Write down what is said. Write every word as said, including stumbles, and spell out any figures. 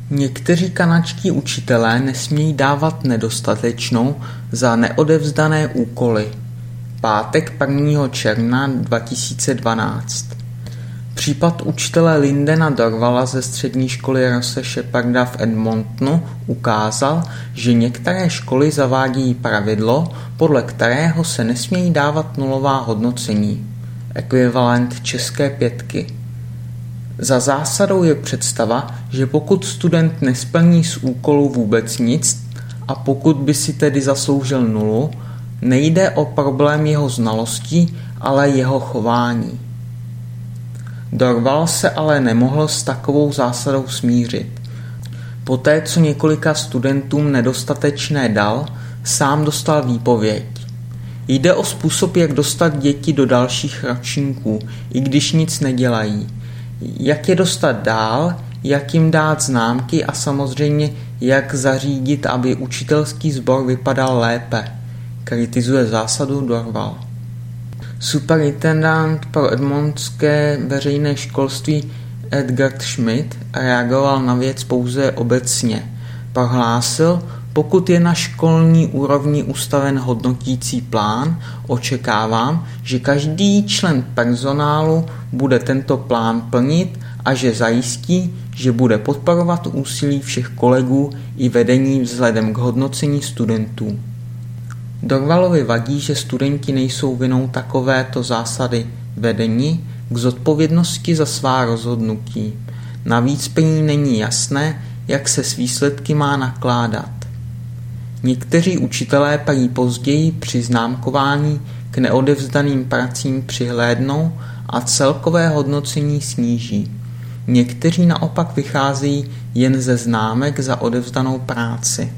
Někteří kanadští učitelé nesmějí dávat nedostatečnou za neodevzdané úkoly. Pátek prvního června dva tisíce dvanáct. Případ učitele Lyndona Dorvala ze střední školy Rosse Sheparda v Edmontonu ukázal, že některé školy zavádějí pravidlo, podle kterého se nesmějí dávat nulová hodnocení, ekvivalent české pětky. Za zásadou je představa, že pokud student nesplní z úkolu vůbec nic a pokud by si tedy zasloužil nulu, nejde o problém jeho znalostí, ale jeho chování. Dorval se ale nemohl s takovou zásadou smířit. Poté, co několika studentům nedostatečné dal, sám dostal výpověď. Jde o způsob, jak dostat děti do dalších ročníků, i když nic nedělají. Jak je dostat dál, jak jim dát známky a samozřejmě jak zařídit, aby učitelský sbor vypadal lépe, kritizuje zásadu Dorval. Superintendent pro edmontonské veřejné školství Edgard Schmidt reagoval na věc pouze obecně. Prohlásil, pokud je na školní úrovni ustaven hodnotící plán, očekávám, že každý člen personálu bude tento plán plnit a že zajistí, že bude podporovat úsilí všech kolegů i vedení vzhledem k hodnocení studentů. Dorvalovi vadí, že studenti nejsou vinou takovéto zásady vedení k zodpovědnosti za svá rozhodnutí. Navíc prý není jasné, jak se s výsledky má nakládat. Někteří učitelé prý později při známkování k neodevzdaným pracím přihlédnou a celkové hodnocení sníží. Někteří naopak vycházejí jen ze známek za odevzdanou práci.